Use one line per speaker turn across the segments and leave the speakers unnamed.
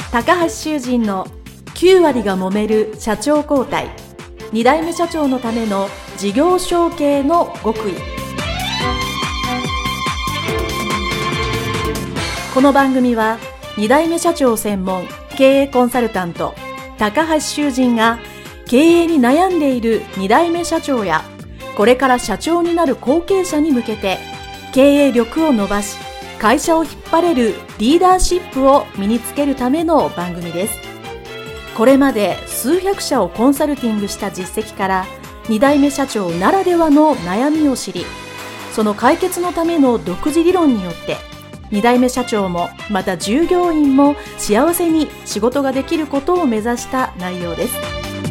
高橋修人の9割が揉める社長交代、2代目社長のための事業承継の極意。この番組は2代目社長専門経営コンサルタント高橋修人が経営に悩んでいる2代目社長やこれから社長になる後継者に向けて経営力を伸ばし会社を引っ張れるリーダーシップを身につけるための番組です。これまで数百社をコンサルティングした実績から2代目社長ならではの悩みを知り、その解決のための独自理論によって2代目社長もまた従業員も幸せに仕事ができることを目指した内容です。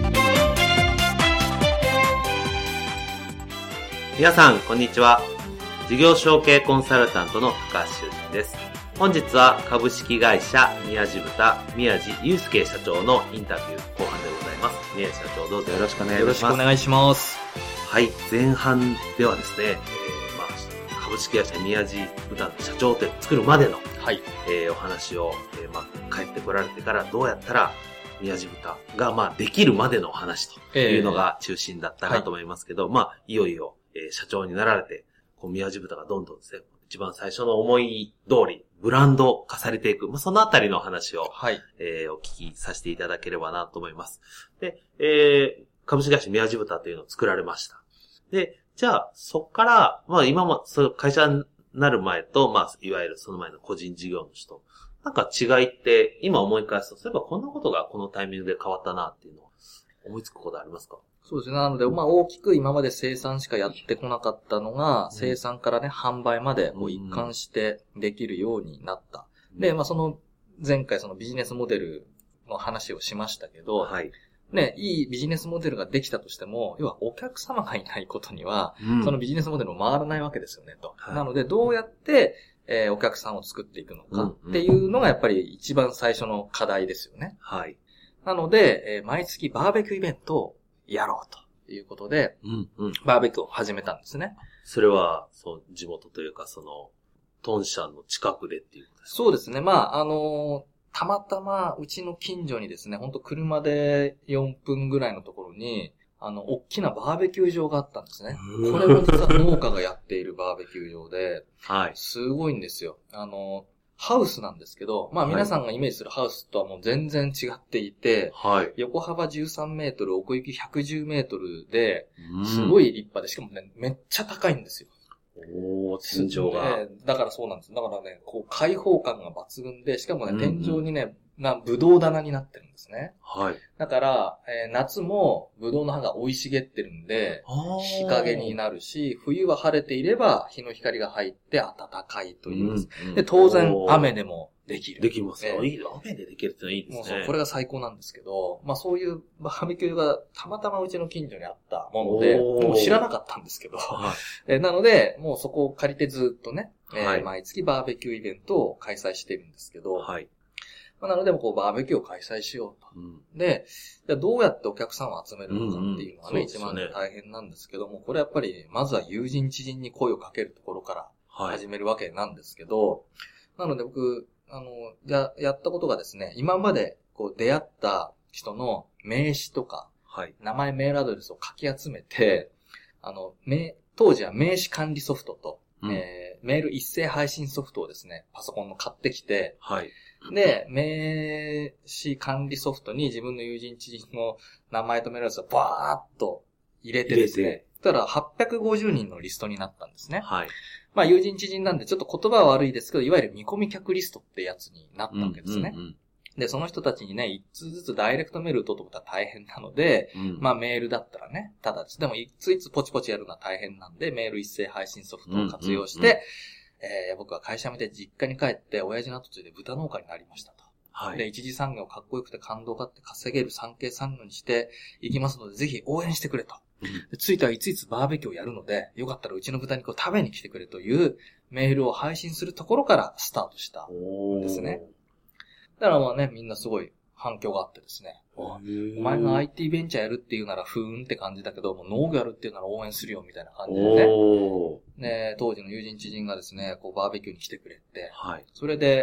皆さんこんにちは。事業承継コンサルタントの高橋修人です。本日は株式会社宮地豚宮地祐介社長のインタビュー後半でございます。宮地社長どうぞよろしくお願いします。
よろしくお願いします。
はい、前半ではですね、株式会社宮地豚の社長って作るまでの、お話を、帰ってこられてからどうやったら宮地豚ができるまでの話というのが中心だったかと思いますけど、いよいよ、社長になられて宮地豚がどんどんですね、一番最初の思い通りブランド化されていく、そのあたりの話を、お聞きさせていただければなと思います。で、株式会社宮地豚というのを作られました。で、じゃあそっから今も会社になる前といわゆるその前の個人事業主となんか違いって今思い返すと、そういえばこんなことがこのタイミングで変わったなっていうのを思いつくことありますか？
そうですね。なので、大きく今まで生産しかやってこなかったのが、生産からね、販売まで一貫してできるようになった。で、その前回そのビジネスモデルの話をしましたけど、いいビジネスモデルができたとしても、要はお客様がいないことには、そのビジネスモデルも回らないわけですよね、と。なので、どうやって、お客さんを作っていくのかっていうのがやっぱり一番最初の課題ですよね。なので、毎月バーベキューイベントをやろうということで、バーベキューを始めたんですね。
それは、地元というか、豚舎の近くでっていうことですか？
そうですね。たまたまうちの近所にですね、ほんと車で4分ぐらいのところに、大きなバーベキュー場があったんですね。これも実は農家がやっているバーベキュー場で、すごいんですよ。ハウスなんですけど、皆さんがイメージするハウスとはもう全然違っていて、横幅13メートル、奥行き110メートルで、すごい立派で、しかもね、めっちゃ高いんですよ。
天井が。
だからそうなんです。だからね、開放感が抜群で、しかもね、天井にね、ブドウ棚になってるんですね。だから、夏もブドウの葉が生い茂ってるんで、日陰になるし、冬は晴れていれば日の光が入って暖かいという。で、当然雨でもできる。
できますよ。いい、雨でできるってのはいいですね。
これが最高なんですけど、そういうバーベキューがたまたまうちの近所にあったもので、もう知らなかったんですけど、なので、もうそこを借りてずっとね、毎月バーベキューイベントを開催してるんですけど、なので、バーベキューを開催しようと。で、どうやってお客さんを集めるのかっていうのがね、一番大変なんですけども、これやっぱり、まずは友人知人に声をかけるところから始めるわけなんですけど、なので僕、やったことがですね、今まで出会った人の名刺とか、名前、メールアドレスをかき集めて、当時は名刺管理ソフトと、メール一斉配信ソフトをですね、パソコンの買ってきて、で、名刺管理ソフトに自分の友人知人の名前とメールアドレスをバーッと入れてですね、そしたら850人のリストになったんですね。友人知人なんでちょっと言葉は悪いですけど、いわゆる見込み客リストってやつになったわけですね。で、その人たちにね、一通ずつダイレクトメールを取ることは大変なので、メールだったらね、ただでもいついつポチポチやるのは大変なんで、メール一斉配信ソフトを活用して、僕は会社辞めて実家に帰って、親父の後継いで豚農家になりましたと。で、一次産業かっこよくて感動があって稼げる産経産業にしていきますので、ぜひ応援してくれと。ついてはいついつバーベキューをやるので、よかったらうちの豚肉を食べに来てくれというメールを配信するところからスタートしたんですね。だからみんなすごい反響があってですね。お前が IT ベンチャーやるっていうならふーんって感じだけど、もう農業やるっていうなら応援するよみたいな感じでね。当時の友人知人がですね、バーベキューに来てくれて、それで、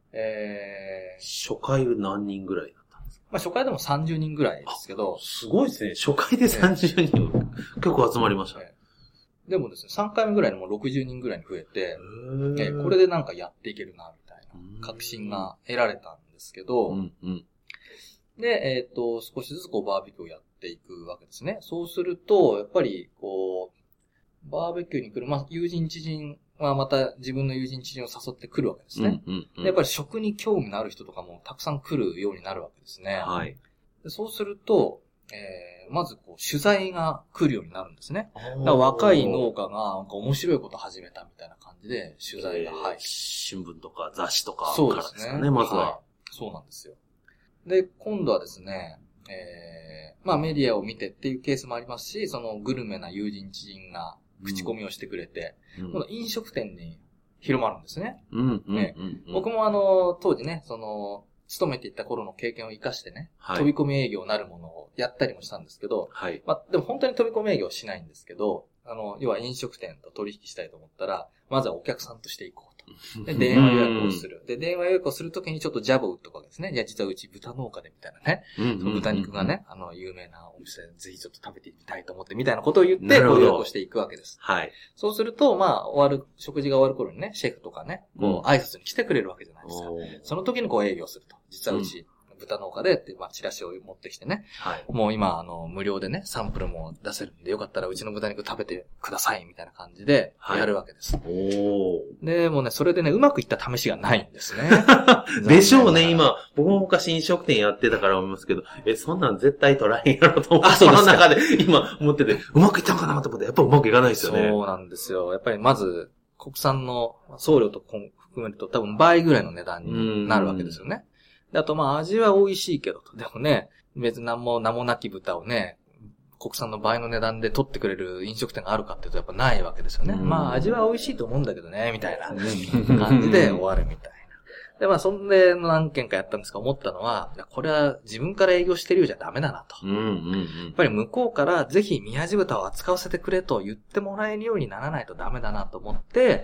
初回何人ぐらいだったんですか？
まあ初回でも30人ぐらいですけど。
すごいですね。初回で30人、結構集まりましたね。
でもですね、3回目ぐらいにもう60人ぐらいに増えて、これでなんかやっていけるな、みたいな確信が得られたんですけど、で、少しずつこうバーベキューをやっていくわけですね。そうすると、やっぱりこう、バーベキューに来る、まあ友人知人はまた自分の友人知人を誘ってくるわけですね。でやっぱり食に興味のある人とかもたくさん来るようになるわけですね。はい。でそうすると、まずこう取材が来るようになるんですね。だから若い農家がなんか面白いこと始めたみたいな感じで取材が入る。
新聞とか雑誌とかからですかね、まずは、はい。
そうなんですよ。で、今度はですね、まあメディアを見てっていうケースもありますし、そのグルメな友人知人が口コミをしてくれて、この飲食店に広まるんですね。僕も当時ね、勤めていた頃の経験を生かしてね、飛び込み営業なるものをやったりもしたんですけど、まあ、でも本当に飛び込み営業はしないんですけど、要は飲食店と取引したいと思ったら、まずはお客さんとして行こうと。で、電話予約をする。で、電話予約をするときにちょっとジャブを打っとくわけですね。いや、実はうち豚農家でみたいなね。その豚肉がね、有名なお店でぜひちょっと食べてみたいと思ってみたいなことを言って、ご予約をしていくわけです。はい。そうすると、まあ、食事が終わる頃にね、シェフとかね、こう、挨拶に来てくれるわけじゃないですか。その時にこう営業すると。実はうち、豚農家でって、まあ、チラシを持ってきてね。はい。もう今、無料でね、サンプルも出せるんで、よかったらうちの豚肉食べてください、みたいな感じで、やるわけです。で、もうね、それでね、うまくいった試しがないんですね。
でしょうね、今。僕も昔飲食店やってたから思いますけど、そんなん絶対トライやろうと思って、その中で今思ってて、うまくいったのかなと思って、やっぱうまくいかないですよね。
そうなんですよ。やっぱりまず、国産の送料と含めると多分倍ぐらいの値段になるわけですよね。あとまあ味は美味しいけどと。でもね、別に名もなき豚をね、国産の倍の値段で取ってくれる飲食店があるかっていうとやっぱないわけですよね。まあ味は美味しいと思うんだけどね、みたいな感じで終わるみたいな。でまあそんで何件かやったんですが思ったのは、これは自分から営業してるようじゃダメだなと。やっぱり向こうからぜひ宮地豚を扱わせてくれと言ってもらえるようにならないとダメだなと思って、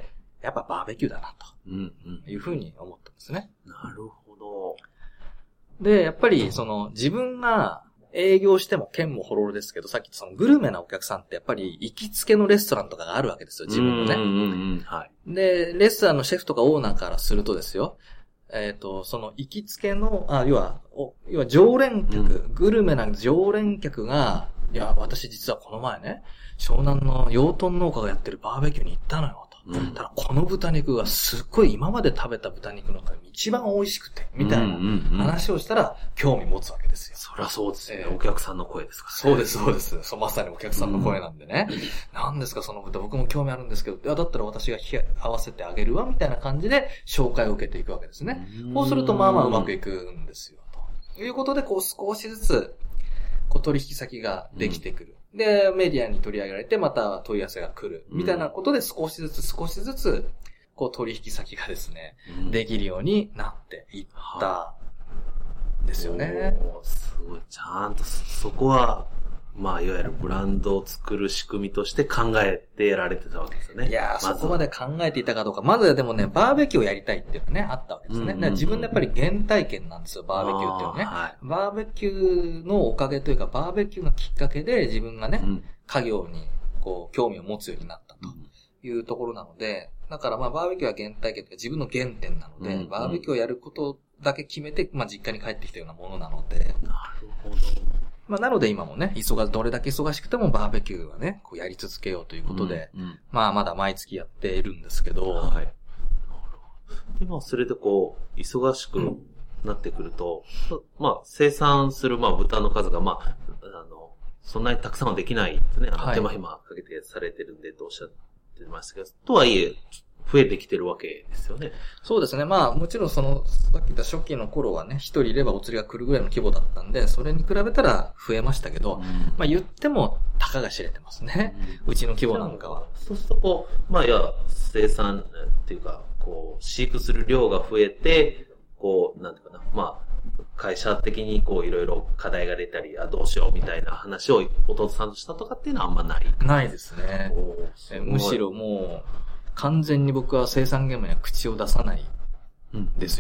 やっぱバーベキューだなというふうに思ったんですね。
なるほど。
で、やっぱり自分が営業しても剣もほろろですけど、さっきグルメなお客さんってやっぱり行きつけのレストランとかがあるわけですよ、自分のね。はい。で、レストランのシェフとかオーナーからするとですよ、その行きつけの、要は常連客、グルメな常連客が、いや、私実はこの前ね、湘南の養豚農家がやってるバーベキューに行ったのよ。ただこの豚肉がすっごい今まで食べた豚肉の中で一番美味しくて、みたいな話をしたら興味持つわけですよ。
そりゃそうですね。お客さんの声ですからね。
そうです、そうです。まさにお客さんの声なんでね。何ですかその豚、僕も興味あるんですけど、いや、だったら私が合わせてあげるわ、みたいな感じで紹介を受けていくわけですね。そうするとまあまあうまくいくんですよ。ということで、こう少しずつ、取引先ができてくる。で、メディアに取り上げられて、また問い合わせが来る。みたいなことで少しずつ、取引先がですね、できるようになっていったんですよね。
すごい。ちゃんと、そこは、まあ、いわゆるブランドを作る仕組みとして考えてやられてたわけですよね。
いやー、そこまで考えていたかどうか。まずはでもね、バーベキューをやりたいっていうのがね、あったわけですね。だから自分でやっぱり原体験なんですよ、バーベキューっていうのはね。バーベキューのおかげというか、バーベキューがきっかけで自分がね、家業に興味を持つようになったというところなので、だからまあバーベキューは原体験というか自分の原点なので、バーベキューをやることだけ決めて、まあ実家に帰ってきたようなものなので。なるほど。まあ、なので今もね、どれだけ忙しくてもバーベキューはね、やり続けようということで、まあ、まだ毎月やっているんですけど、はい。
で、まあ、それで忙しくなってくると、まあ、生産する、まあ、豚の数が、まあ、そんなにたくさんはできないですね。手間暇かけてされてるんで、とおっしゃってましたけど、とはいえ、増えてきてるわけですよね。
そうですね。まあ、もちろんさっき言った初期の頃はね、一人いればお釣りが来るぐらいの規模だったんで、それに比べたら増えましたけど、まあ言っても、たかが知れてますね。うちの規模なんかは。
そうするとまあ、生産っていうか、飼育する量が増えて、なんていうかな、まあ、会社的にいろいろ課題が出たり、どうしようみたいな話を弟さんとしたとかっていうのはあんまない。
ないですね。むしろもう、完全に僕は生産現場には口を出さないんですよ。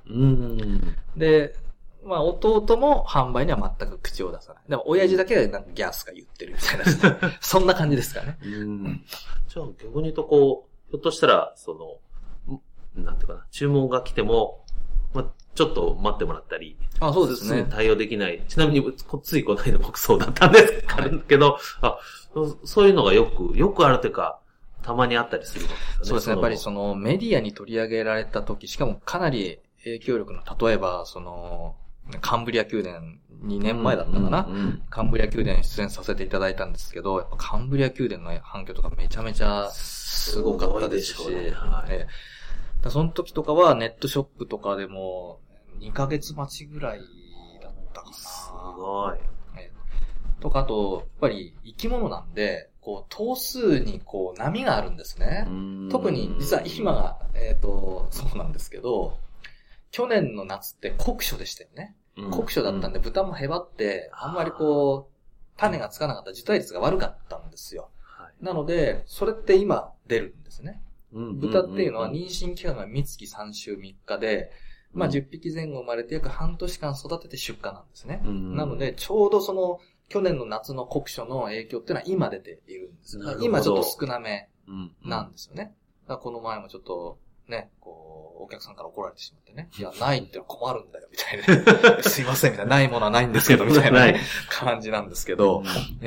で、まあ弟も販売には全く口を出さない。でも親父だけがなんかギャースか言ってるみたいな。そんな感じですかね。
じゃあ逆に言うとひょっとしたら、なんていうかな、注文が来ても、ちょっと待ってもらったり。
そうですね。
対応できない。ちなみに、ついこの間もそうだったんですけど、そういうのがよくあるというか、たまにあったりするんですよね。
そうですね。やっぱりメディアに取り上げられた時、しかもかなり影響力の、例えば、カンブリア宮殿2年前だったかな、カンブリア宮殿に出演させていただいたんですけど、やっぱカンブリア宮殿の反響とかめちゃめちゃすごかったですし、その時とかはネットショップとかでも2ヶ月待ちぐらいだったかな。
すごい。
とか、あと、やっぱり生き物なんで、頭数に波があるんですね。特に実は今が、そうなんですけど、去年の夏って酷暑でしたよね。酷暑だったんで豚もへばって、あんまり種がつかなかった受胎率が悪かったんですよ。なので、それって今出るんですね。豚っていうのは妊娠期間が3月3週3日で、10匹前後生まれて約半年間育てて出荷なんですね。なので、ちょうど去年の夏の酷暑の影響っていうのは今出ているんですよ。今ちょっと少なめなんですよね。だからこの前もちょっと、ね、お客さんから怒られてしまってね。いや、ないってのは困るんだよ、みたいな。すいません、みたいな。ないものはないんですけど、みたいな、感じなんですけど。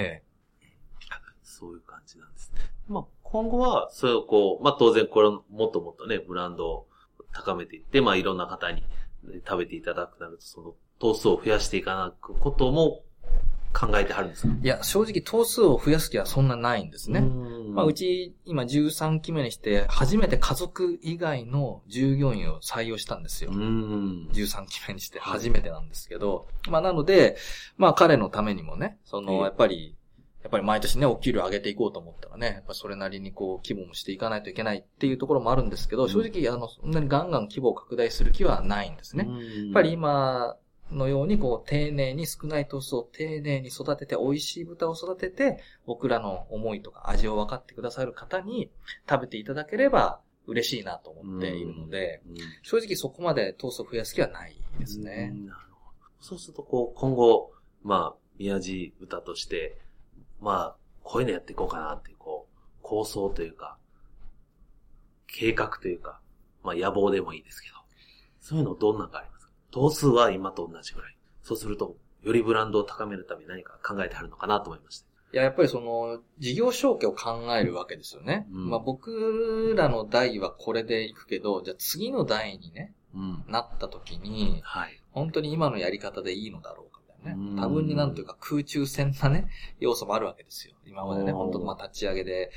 そういう感じなんですね。今後は、それを当然これもっともっとね、ブランドを高めていって、いろんな方に食べていただくとなると、頭数を増やしていかなくことも考えてはるんですか？
いや、正直頭数を増やす気はそんなないんですね。うち今13期目にして初めて家族以外の従業員を採用したんですよ。13期目にして初めてなんですけど、なので、彼のためにもね、やっぱり毎年ね、お給料上げていこうと思ったらね、やっぱそれなりに規模もしていかないといけないっていうところもあるんですけど、正直そんなにガンガン規模を拡大する気はないんですね。やっぱり今のように丁寧に少ない頭数を丁寧に育てて、美味しい豚を育てて、僕らの思いとか味を分かってくださる方に食べていただければ嬉しいなと思っているので、正直そこまで頭数を増やす気はないですね。
なるほど。そうすると今後、宮地豚として、こういうのやっていこうかなっていう、構想というか、計画というか、野望でもいいですけど、そういうのどんなのがありますか？頭数は今と同じぐらい。そうすると、よりブランドを高めるために何か考えてあるのかなと思いました。
やっぱり事業承継を考えるわけですよね。僕らの代はこれでいくけど、じゃあ次の代にね、なった時に、本当に今のやり方でいいのだろうか。多分になんというか空中戦なね、要素もあるわけですよ。今までね、本当立ち上げで、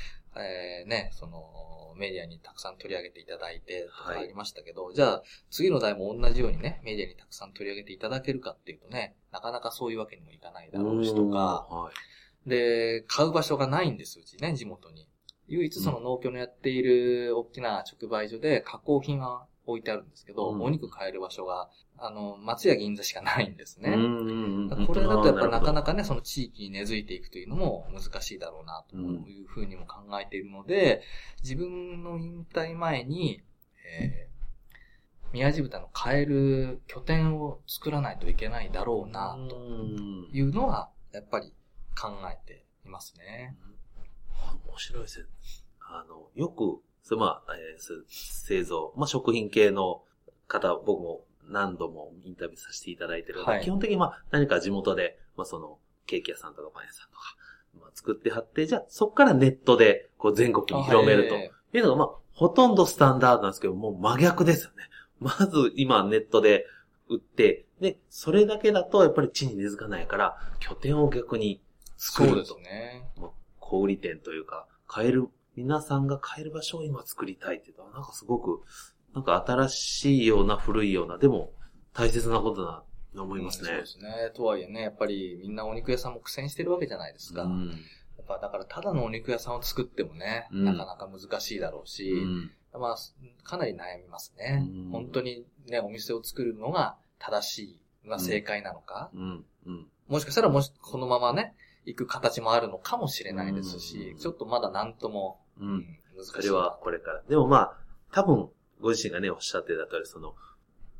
メディアにたくさん取り上げていただいて、とかありましたけど、じゃあ、次の代も同じようにね、メディアにたくさん取り上げていただけるかっていうとね、なかなかそういうわけにもいかないだろうしとか、で、買う場所がないんです、うちね、地元に。唯一農協のやっている大きな直売所で加工品は置いてあるんですけど、お肉買える場所が、松屋銀座しかないんですね。これだとやっぱなかなかね、その地域に根付いていくというのも難しいだろうな、というふうにも考えているので、自分の引退前に、宮地豚の買える拠点を作らないといけないだろうな、というのは、やっぱり考えていますね。
面白いですね。よく、製造、食品系の方、僕も何度もインタビューさせていただいてるので、基本的に何か地元で、ケーキ屋さんとかパン屋さんとか、作ってはって、じゃあそこからネットで全国に広めるというのが、ほとんどスタンダードなんですけど、もう真逆ですよね。まず今ネットで売って、で、それだけだとやっぱり地に根付かないから、拠点を逆に作ると。
そうですね。
小売店というか、皆さんが買える場所を今作りたいっていうのは、なんかすごく、新しいような古いような、でも大切なことだと思いますね。
そうですね。とはいえね、やっぱりみんなお肉屋さんも苦戦してるわけじゃないですか。やっぱだからただのお肉屋さんを作ってもね、なかなか難しいだろうし、かなり悩みますね。本当にね、お店を作るのが正しい、正解なのか。もしかしたらこのままね、行く形もあるのかもしれないですし、ちょっとまだなんとも、難しい。
それはこれから。でも多分、ご自身がね、おっしゃってた通り、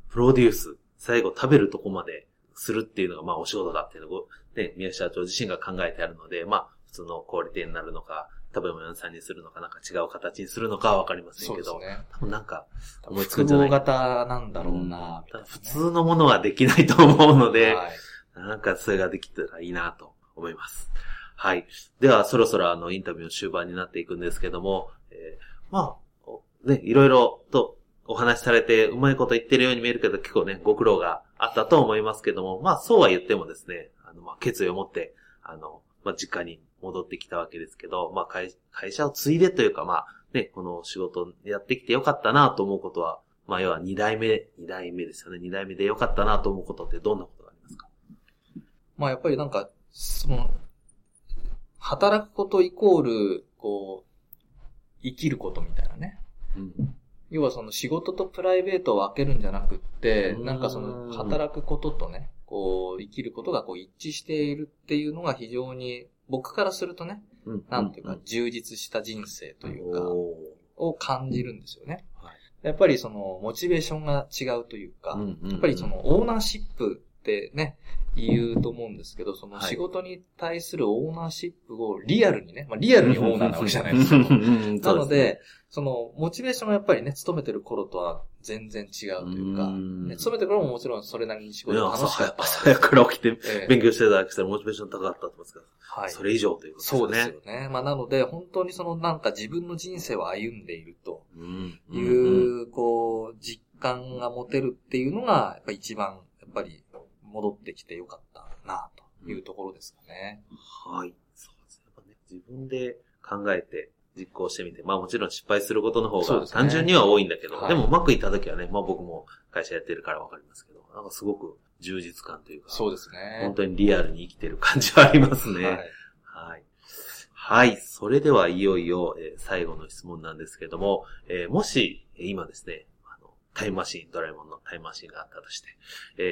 プロデュース、最後食べるとこまでするっていうのが、まあお仕事だっていうのを、ね、宮下社長自身が考えてあるので、まあ普通のクオリティになるのか、食べ物屋さんにするのか、なんか違う形にするのかはわかりませんけど、
そうですね、
多分なんか思いつくんじゃないかな。
複合型なんだろうな、みたいなね、
普通のものはできないと思うので、
はい、
なんかそれができたらいいなと思います。はい。では、そろそろインタビューの終盤になっていくんですけども、まあ、ね、いろいろとお話しされてうまいこと言ってるように見えるけど、結構ね、ご苦労があったと思いますけども、まあ、そうは言ってもですね、まあ、決意を持って、まあ、実家に戻ってきたわけですけど、まあ、会社を継いでというか、まあ、ね、この仕事やってきてよかったなと思うことは、まあ、要は二代目ですよね。二代目でよかったなと思うことってどんなことがありますか？
まあ、やっぱりなんか、働くことイコール、こう、生きることみたいなね。
うん、
要はその仕事とプライベートを分けるんじゃなくって、なんかその働くこととね、こう生きることがこう一致しているっていうのが非常に僕からするとね、なんていうか充実した人生というか、を感じるんですよね。やっぱりそのモチベーションが違うというか、やっぱりそのオーナーシップってね、言うと思うんですけど、その仕事に対するオーナーシップをリアルにね、まあリアルにオーナーなわけじゃないですか。なので、そのモチベーションがやっぱりね、勤めてる頃とは全然違うというか、ね、勤めてる頃ももちろんそれなりに仕事が楽しかった。
朝早くから起きて勉強してただけしたらモチベーション高かったと思いますから、
はい、
それ以上ということですね。
そうですよね。まあなので、本当にそのなんか自分の人生を歩んでいるという、こう、実感が持てるっていうのが、やっぱ一番、やっぱり戻ってきてよかったなというところですかね。
はい。そうですね。やっぱね、自分で考えて実行してみて、まあもちろん失敗することの方が単純には多いんだけど、でもうまくいった時はね、まあ僕も会社やってるからわかりますけど、なんかすごく充実感というか、
そうですね。
本当にリアルに生きてる感じはありますね。はい。はい。はい。それではいよいよ、最後の質問なんですけども、もし今ですね、タイムマシーン、ドラえもんのタイムマシーンがあったとして、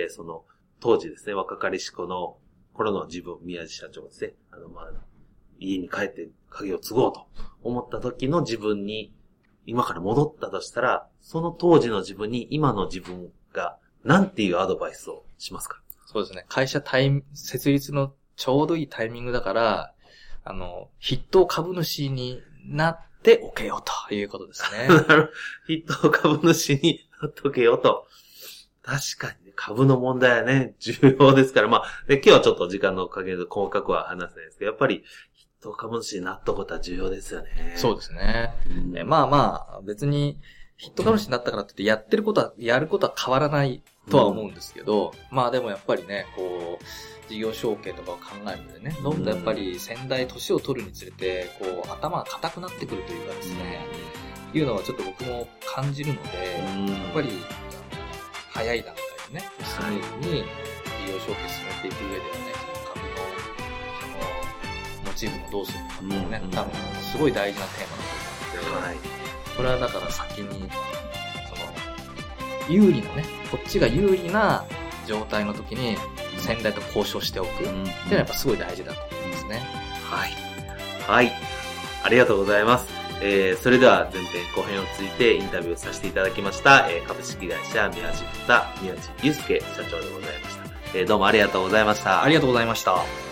その当時ですね、若かりし子の頃の自分、宮地社長ですね、まあ、家に帰って鍵を継ごうと思った時の自分に、今から戻ったとしたら、その当時の自分に今の自分が、なんていうアドバイスをしますか？
そうですね。会社設立のちょうどいいタイミングだから、筆頭株主になっておけよということですね。
筆頭株主になっておけよと。確かにね、株の問題はね、重要ですから、まあ、で今日はちょっと時間のおかげで細かくは話せないですけど、やっぱり、筆頭株主になったことは重要ですよね。
そうですね。まあまあ、別に、筆頭株主になったからって言ってやることは変わらないとは思うんですけど、まあでもやっぱりね、こう、事業承継とかを考えるのでね、どんどんやっぱり先代年を取るにつれて、こう、頭が硬くなってくるというかですね、いうのはちょっと僕も感じるので、やっぱり、早い段階でね、スムーズに事業承継進めていく上ではね、株の、モチーフもどうするかもね、多分、すごい大事なテーマだと思うので、これはだから先に、有利なね、こっちが有利な状態の時に先代と交渉しておくっていうのはやっぱすごい大事だと思いますね。
はい。はい。ありがとうございます。それでは前編後編をついてインタビューさせていただきました、株式会社宮地豚宮地祐介社長でございました。どうもありがとうございました。
ありがとうございました。